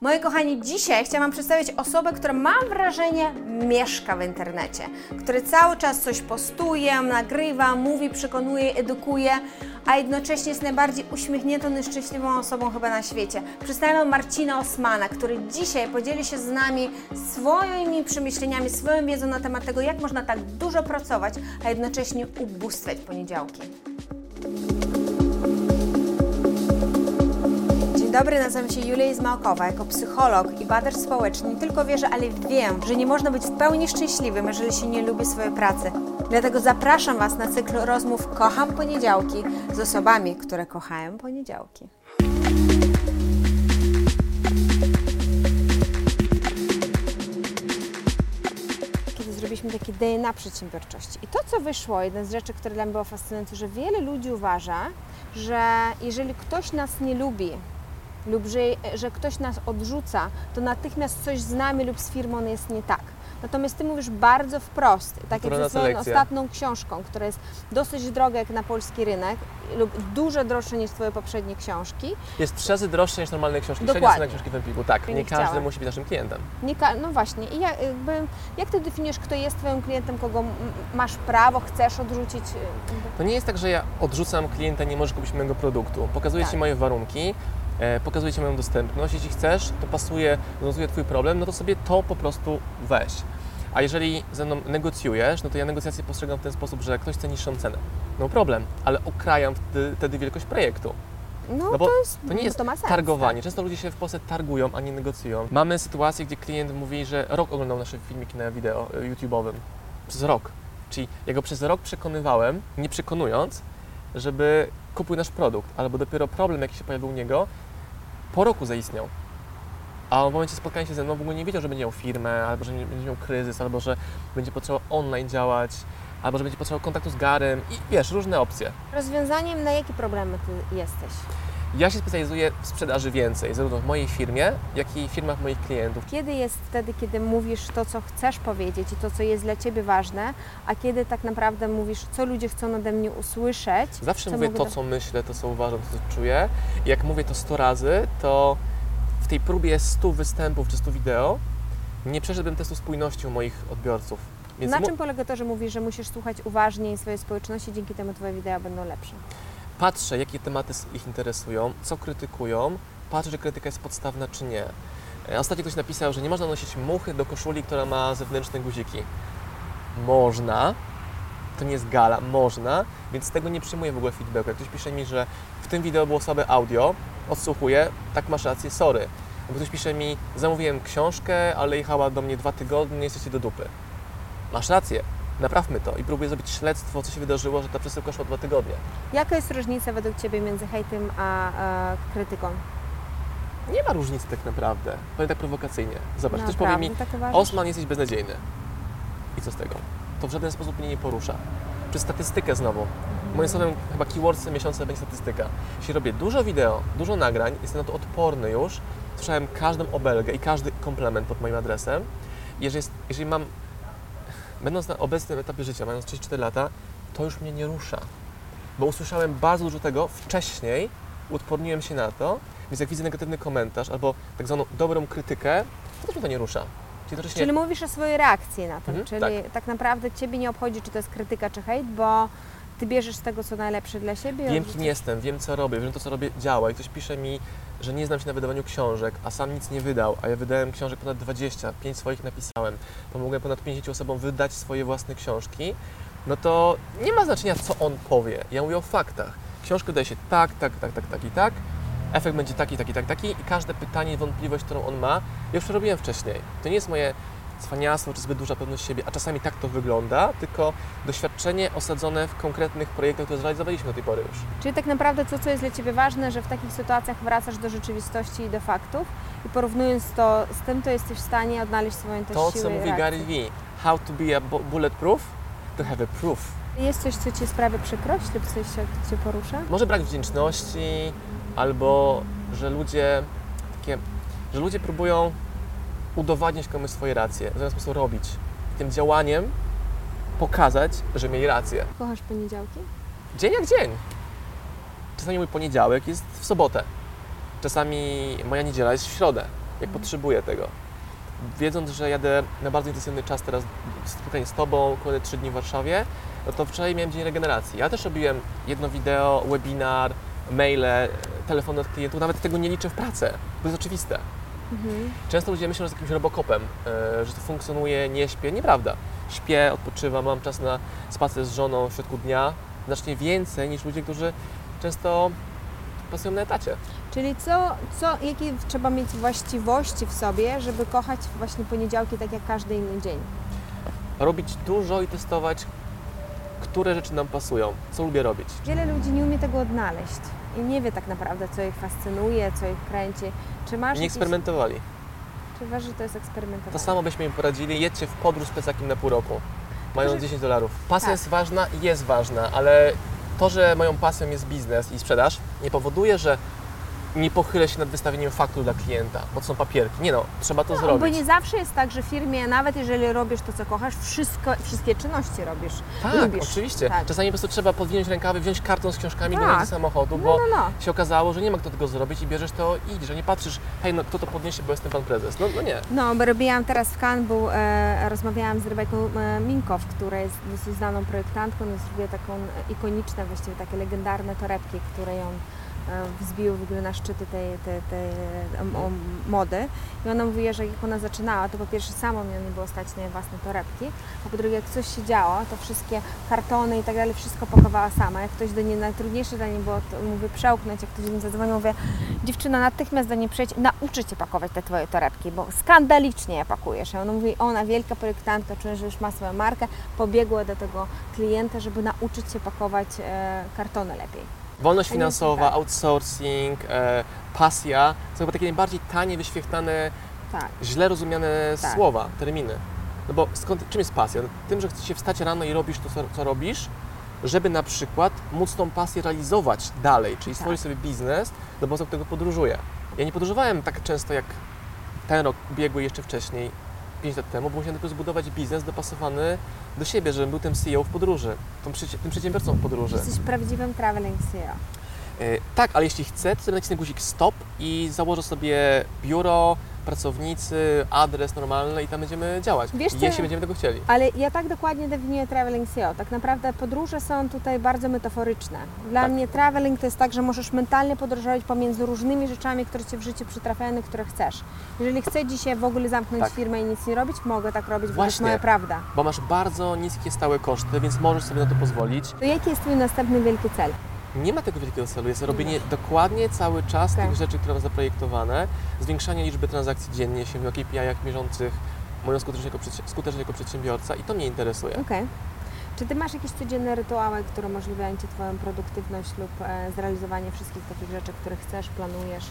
Moi kochani, dzisiaj chciałam przedstawić osobę, która mam wrażenie mieszka w internecie, który cały czas coś postuje, nagrywa, mówi, przekonuje, edukuje, a jednocześnie jest najbardziej uśmiechniętą i szczęśliwą osobą chyba na świecie. Przedstawiam Marcina Osmana, który dzisiaj podzieli się z nami swoimi przemyśleniami, swoją wiedzą na temat tego, jak można tak dużo pracować, a jednocześnie ubóstwiać poniedziałki. Dzień dobry, nazywam się Julia Izmałkowa. Jako psycholog i badacz społeczny nie tylko wierzę, ale wiem, że nie można być w pełni szczęśliwym, jeżeli się nie lubi swojej pracy. Dlatego zapraszam Was na cykl rozmów Kocham Poniedziałki z osobami, które kochają poniedziałki. Kiedy zrobiliśmy taki DNA przedsiębiorczości. I to, co wyszło, jedna z rzeczy, które dla mnie było fascynujące, że wiele ludzi uważa, że jeżeli ktoś nas nie lubi, lub że ktoś nas odrzuca, to natychmiast coś z nami lub z firmą jest nie tak. Natomiast Ty mówisz bardzo wprost, tak jak ze swoją ostatnią książką, która jest dosyć droga jak na polski rynek lub dużo droższa niż Twoje poprzednie książki. Jest 3 razy droższa niż normalne książki. Dokładnie. Średnia książki w Empiku. Tak, nie każdy musi być naszym klientem. No właśnie. I jak Ty definiujesz, kto jest Twoim klientem, kogo masz prawo, chcesz odrzucić? To nie jest tak, że ja odrzucam klienta, nie możesz kupić mojego produktu. Pokazuję Ci moje warunki, pokazuję Ci moją dostępność. Jeśli chcesz, to pasuje, rozwiązuje Twój problem, no to sobie to po prostu weź. A jeżeli ze mną negocjujesz, no to ja negocjacje postrzegam w ten sposób, że ktoś chce niższą cenę. No problem, ale okrajam wtedy wielkość projektu. No bo to nie jest to ma sens, targowanie. tak. Często ludzie się w Polsce targują, a nie negocjują. Mamy sytuację, gdzie klient mówi, że rok oglądał nasze filmiki na wideo YouTube'owym. Przez rok. Czyli ja go przez rok przekonywałem, nie przekonując, żeby kupił nasz produkt, albo dopiero problem, jaki się pojawił u niego, po roku zaistniał. A w momencie spotkania się ze mną w ogóle nie wiedział, że będzie miał firmę, albo że będzie miał kryzys, albo że będzie potrzebował online działać, albo że będzie potrzebował kontaktu z Garym i wiesz, różne opcje. Rozwiązaniem na jakie problemy Ty jesteś? Ja się specjalizuję w sprzedaży więcej, zarówno w mojej firmie, jak i w firmach moich klientów. Kiedy jest wtedy, kiedy mówisz to, co chcesz powiedzieć i to, co jest dla Ciebie ważne, a kiedy tak naprawdę mówisz, co ludzie chcą ode mnie usłyszeć? Zawsze mówię to, co myślę, to, co uważam, to, co czuję. I jak mówię to 100 razy, to w tej próbie 100 występów czy 100 wideo nie przeszedłbym testu spójności u moich odbiorców. Więc na czym polega to, że mówisz, że musisz słuchać uważniej swojej społeczności, dzięki temu Twoje wideo będą lepsze? Patrzę, jakie tematy ich interesują, co krytykują, patrzę, czy krytyka jest podstawna, czy nie. Ostatnio ktoś napisał, że nie można nosić muchy do koszuli, która ma zewnętrzne guziki. Można, to nie jest gala, można, więc z tego nie przyjmuję w ogóle feedbacku. Jak ktoś pisze mi, że w tym wideo było słabe audio, odsłuchuję, tak masz rację, sorry. Bo ktoś pisze mi, zamówiłem książkę, ale jechała do mnie 2 tygodnie, nie jesteście do dupy. Masz rację. Naprawmy to i próbuję zrobić śledztwo, co się wydarzyło, że ta przesyłka szła 2 tygodnie. Jaka jest różnica według Ciebie między hejtem a krytyką? Nie ma różnicy tak naprawdę. Powiem tak prowokacyjnie. Zobacz, ktoś Naprawdę, powie mi, tak uważasz? Osman, jesteś beznadziejny. I co z tego? To w żaden sposób mnie nie porusza. Przez statystykę znowu. Moim słowem chyba keywordem miesiąca będzie statystyka. Jeśli robię dużo wideo, dużo nagrań, jestem na to odporny już, słyszałem każdą obelgę i każdy komplement pod moim adresem. Jeżeli mam, będąc na obecnym etapie życia, mając 34 lata, to już mnie nie rusza. Bo usłyszałem bardzo dużo tego wcześniej, uodporniłem się na to, więc jak widzę negatywny komentarz albo tak zwaną dobrą krytykę, to też mnie to nie rusza. Czyli mówisz o swojej reakcji na to, czyli tak. Tak naprawdę Ciebie nie obchodzi, czy to jest krytyka, czy hejt, bo Ty bierzesz z tego, co najlepsze dla siebie. Wiem, kim jestem, wiem, co robię, wiem, to, co robię, działa. I ktoś pisze mi, że nie znam się na wydawaniu książek, a sam nic nie wydał, a ja wydałem książek ponad 20, 5 swoich napisałem, pomogłem ponad 50 osobom wydać swoje własne książki, no to nie ma znaczenia, co on powie. Ja mówię o faktach. Książkę wydaje się tak i tak, efekt będzie taki i każde pytanie, wątpliwość, którą on ma, ja już przerobiłem wcześniej. To nie jest moje cwaniactwo czy zbyt duża pewność siebie, a czasami tak to wygląda, tylko doświadczenie osadzone w konkretnych projektach, które zrealizowaliśmy do tej pory już. Czyli tak naprawdę to, co jest dla Ciebie ważne, że w takich sytuacjach wracasz do rzeczywistości i do faktów i porównując to z tym, to jesteś w stanie odnaleźć swoją też to, siłę co i mówi reakcję. Gary Vee, how to be a bulletproof, to have a proof. Jest coś, co Ci sprawia przykrość lub coś, co Cię porusza? Może brak wdzięczności, albo że ludzie próbują udowadniać komuś swoje racje, zamiast po prostu robić. Tym działaniem pokazać, że mieli rację. Kochasz poniedziałki? Dzień jak dzień. Czasami mój poniedziałek jest w sobotę. Czasami moja niedziela jest w środę. jak potrzebuję tego. Wiedząc, że jadę na bardzo intensywny czas teraz spotkanie z Tobą, kolejne 3 dni w Warszawie, no to wczoraj miałem dzień regeneracji. Ja też robiłem jedno wideo, webinar, maile, telefony od klientów, nawet tego nie liczę w pracę, bo jest oczywiste. Często ludzie myślą, że jest jakimś robokopem, że to funkcjonuje, nie śpię. Nieprawda. Śpię, odpoczywam, mam czas na spacer z żoną w środku dnia. Znacznie więcej niż ludzie, którzy często pracują na etacie. Czyli jakie trzeba mieć właściwości w sobie, żeby kochać właśnie poniedziałki tak jak każdy inny dzień? Robić dużo i testować, które rzeczy nam pasują, co lubię robić. Wiele ludzi nie umie tego odnaleźć i nie wie tak naprawdę, co ich fascynuje, co ich kręci. Czy masz Nie jakieś... eksperymentowali. Czy uważasz, że to jest eksperymentowanie? To samo byśmy im poradzili, jedźcie w podróż z plecakiem na pół roku, mając $10. Pasja Tak. jest ważna i jest ważna, ale to, że moją pasją jest biznes i sprzedaż, nie powoduje, że nie pochylę się nad wystawieniem faktur dla klienta, bo to są papierki. Nie no, trzeba to Bo zrobić. nie zawsze jest tak, że w firmie, nawet jeżeli robisz to, co kochasz, wszystkie czynności robisz, Tak, lubisz. oczywiście. Tak. Czasami po prostu trzeba podwinąć rękawy, wziąć karton z książkami, Tak. go do samochodu, bo No. się okazało, że nie ma kto tego zrobić i bierzesz to i idziesz, że nie patrzysz, hej, no kto to podniesie, bo jestem pan prezes. No nie. No, bo robiłam teraz w Cannes, rozmawiałam z Rebeką Minkow, która jest dosyć znaną projektantką, no, zrobiła taką ikoniczne, właściwie takie legendarne torebki, które ją wzbiły w ogóle na szczyty tej mody. I ona mówiła, że jak ona zaczynała, to po pierwsze samą miała nie było stać na jej własne torebki, a po drugie jak coś się działo, to wszystkie kartony i tak dalej, wszystko pakowała sama. Jak ktoś do niej, najtrudniejsze dla niej było, to mówię, przełknąć, jak ktoś do niej zadzwonił, mówię, dziewczyna, natychmiast do niej przyjdź, nauczy Cię pakować te Twoje torebki, bo skandalicznie je pakujesz. I ona mówi, ona wielka projektantka, czuję, że już ma swoją markę, pobiegła do tego klienta, żeby nauczyć się pakować kartony lepiej. Wolność A nie finansowa, tak. outsourcing, pasja, to chyba takie najbardziej tanie, wyświechtane, Tak. źle rozumiane Tak. słowa, terminy. No bo czym jest pasja? No, tym, że chcesz się wstać rano i robisz to, co robisz, żeby na przykład móc tą pasję realizować dalej, czyli Tak. stworzyć sobie biznes, na podstawie tego podróżuję. Ja nie podróżowałem tak często jak ten rok biegły jeszcze wcześniej, 5 lat temu, bo musiałem tylko zbudować biznes dopasowany do siebie, żebym był tym CEO w podróży, tym przedsiębiorcą w podróży. Jesteś prawdziwym traveling CEO. Tak, ale jeśli chcę, to sobie nacisnę guzik stop i założę sobie biuro, pracownicy, adres normalny i tam będziemy działać. Wiesz co? Jeśli będziemy tego chcieli. Ale ja tak dokładnie definiuję traveling SEO. Tak naprawdę podróże są tutaj bardzo metaforyczne. Dla Tak. mnie traveling to jest tak, że możesz mentalnie podróżować pomiędzy różnymi rzeczami, które Cię w życiu przytrafiają i które chcesz. Jeżeli chcę dzisiaj w ogóle zamknąć Tak. firmę i nic nie robić, mogę tak robić, bo to Właśnie. jest moja prawda. Bo masz bardzo niskie stałe koszty, więc możesz sobie na to pozwolić. To jaki jest Twój następny wielki cel? Nie ma tego wielkiego celu, jest robienie dokładnie cały czas Tak. tych rzeczy, które mam zaprojektowane, zwiększanie liczby transakcji dziennie, jeśli mówię o KPI-ach mierzących moją skuteczność jako przedsiębiorca i to mnie interesuje. Okej. Czy Ty masz jakieś codzienne rytuały, które umożliwiają Ci Twoją produktywność lub zrealizowanie wszystkich takich rzeczy, które chcesz, planujesz?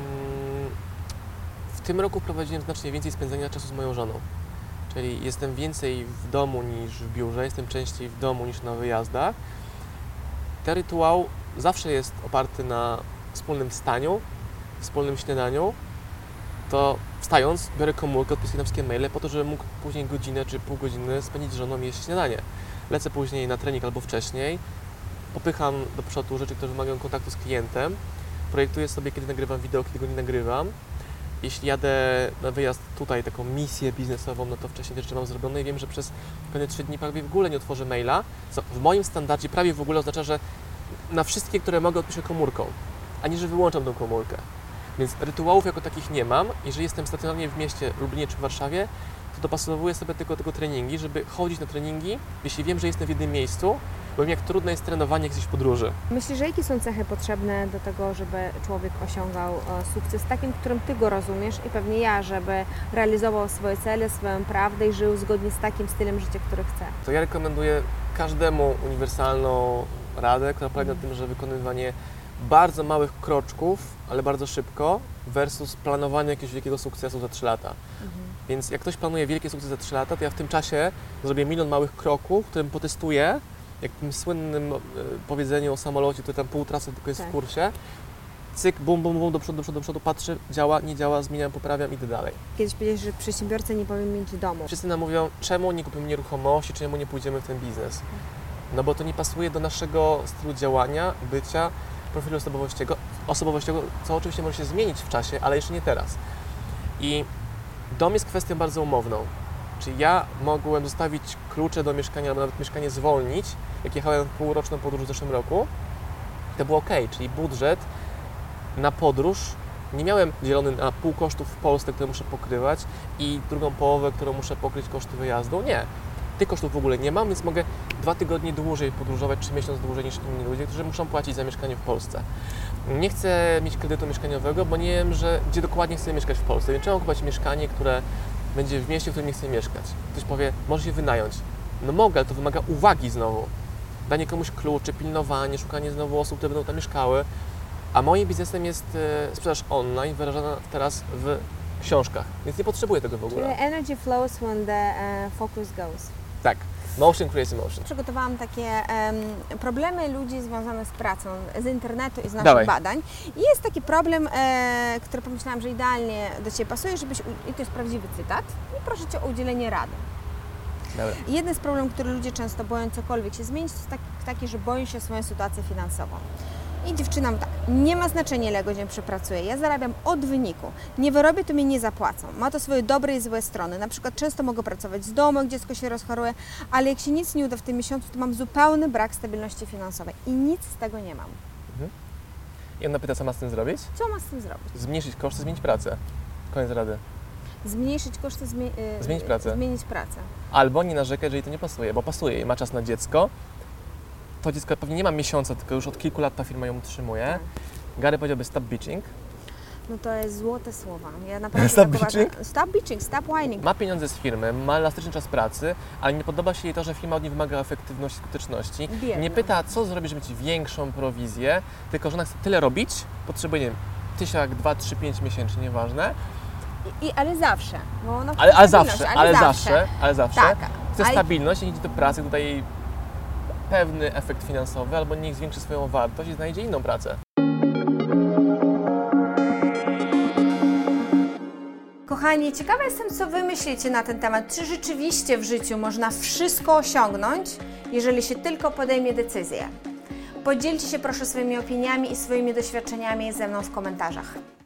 W tym roku prowadziłem znacznie więcej spędzania czasu z moją żoną. Czyli jestem więcej w domu niż w biurze, jestem częściej w domu niż na wyjazdach. Ten rytuał zawsze jest oparty na wspólnym wstaniu, wspólnym śniadaniu. To wstając, biorę komórkę, odpisuję na wszystkie maile po to, żebym mógł później godzinę czy pół godziny spędzić z żoną i jeść śniadanie. Lecę później na trening albo wcześniej, popycham do przodu rzeczy, które wymagają kontaktu z klientem, projektuję sobie, kiedy nagrywam wideo, kiedy go nie nagrywam. Jeśli jadę na wyjazd tutaj, taką misję biznesową, no to wcześniej te rzeczy mam zrobione i wiem, że przez kolejne 3 dni prawie w ogóle nie otworzę maila, co w moim standardzie prawie w ogóle oznacza, że na wszystkie, które mogę, odpiszę komórką, a nie, że wyłączam tą komórkę. Więc rytuałów jako takich nie mam. Jeżeli jestem stacjonarnie w mieście, Lublinie czy w Warszawie, to dopasowuję sobie tylko tego treningi, żeby chodzić na treningi, jeśli wiem, że jestem w jednym miejscu, bo wiem, jak trudne jest trenowanie gdzieś w podróży. Myślisz, że jakie są cechy potrzebne do tego, żeby człowiek osiągał sukces takim, którym Ty go rozumiesz i pewnie ja, żeby realizował swoje cele, swoją prawdę i żył zgodnie z takim stylem życia, który chce? To ja rekomenduję każdemu uniwersalną radę, która polega na tym, że wykonywanie bardzo małych kroczków, ale bardzo szybko versus planowanie jakiegoś wielkiego sukcesu za 3 lata. Więc jak ktoś planuje wielki sukces za 3 lata, to ja w tym czasie zrobię 1 000 000 małych kroków, którym potestuję, jak w tym słynnym powiedzeniu o samolocie, który tam pół trasy tylko jest Tak. w kursie. Cyk, bum, bum, bum, do przodu, patrzę, działa, nie działa, zmieniam, poprawiam, idę dalej. Kiedyś powiedziałeś, że przedsiębiorca nie powinien mieć domu. Wszyscy nam mówią, czemu nie kupimy nieruchomości, czemu nie pójdziemy w ten biznes. No bo to nie pasuje do naszego stylu działania, bycia, profilu osobowościowego, co oczywiście może się zmienić w czasie, ale jeszcze nie teraz. I dom jest kwestią bardzo umowną. Czyli ja mogłem zostawić klucze do mieszkania, albo nawet mieszkanie zwolnić, jak jechałem w półroczną podróż w zeszłym roku. To było ok, czyli budżet na podróż nie miałem dzielony na pół kosztów w Polsce, które muszę pokrywać i drugą połowę, którą muszę pokryć koszty wyjazdu. Nie. Tych kosztów w ogóle nie mam, więc mogę 2 tygodnie dłużej podróżować, czy miesiąc dłużej niż inni ludzie, którzy muszą płacić za mieszkanie w Polsce. Nie chcę mieć kredytu mieszkaniowego, bo nie wiem, gdzie dokładnie chcę mieszkać w Polsce. Więc trzeba kupować mieszkanie, które będzie w mieście, w którym nie chcę mieszkać. Ktoś powie, może się wynająć. No mogę, ale to wymaga uwagi znowu. Danie komuś kluczy, pilnowanie, szukanie znowu osób, które będą tam mieszkały. A moim biznesem jest sprzedaż online, wyrażana teraz w książkach, więc nie potrzebuję tego w ogóle. Czyli energy flows when the focus goes. Tak, motion creates emotion. Przygotowałam takie problemy ludzi związane z pracą, z internetu i z naszych Dawaj. badań. I jest taki problem, który pomyślałam, że idealnie do Ciebie pasuje, i to jest prawdziwy cytat, i proszę Cię o udzielenie rady. Dobra. I jeden z problemów, który ludzie często boją cokolwiek się zmienić, to jest taki, że boją się o swoją sytuację finansową. I dziewczyna mówi tak, nie ma znaczenia, ile godzin przepracuję, ja zarabiam od wyniku, nie wyrobię, to mi nie zapłacą. Ma to swoje dobre i złe strony, na przykład często mogę pracować z domu, jak dziecko się rozchoruje, ale jak się nic nie uda w tym miesiącu, to mam zupełny brak stabilności finansowej i nic z tego nie mam. I ona pyta, co ma z tym zrobić? Co ma z tym zrobić? Zmniejszyć koszty, zmienić pracę. Koniec rady. Zmienić koszty, Zmienić pracę. Zmienić pracę. Albo nie narzekać, że jej to nie pasuje, bo pasuje i ma czas na dziecko. To dziecko pewnie nie ma miesiąca, tylko już od kilku lat ta firma ją utrzymuje. Tak. Gary powiedziałby stop bitching. No to jest złote słowa. Ja naprawdę Stop tak uważam. bitching? Stop bitching, stop whining. Ma pieniądze z firmy, ma elastyczny czas pracy, ale nie podoba się jej to, że firma od niej wymaga efektywności, skuteczności. Biedna. Nie pyta, co zrobić, żeby mieć większą prowizję, tylko że ona chce tyle robić, potrzebuje, nie wiem, 1000, 2, 3, 5 miesięcznie, nieważne. Ale zawsze. Bo ona Ale chce zawsze, stabilność, ale zawsze. Tak, Chce ale- stabilność, jeśli idzie do pracy, tutaj jej pewny efekt finansowy, albo niech zwiększy swoją wartość i znajdzie inną pracę. Kochani, ciekawa jestem, co Wy myślicie na ten temat. Czy rzeczywiście w życiu można wszystko osiągnąć, jeżeli się tylko podejmie decyzję? Podzielcie się proszę swoimi opiniami i swoimi doświadczeniami ze mną w komentarzach.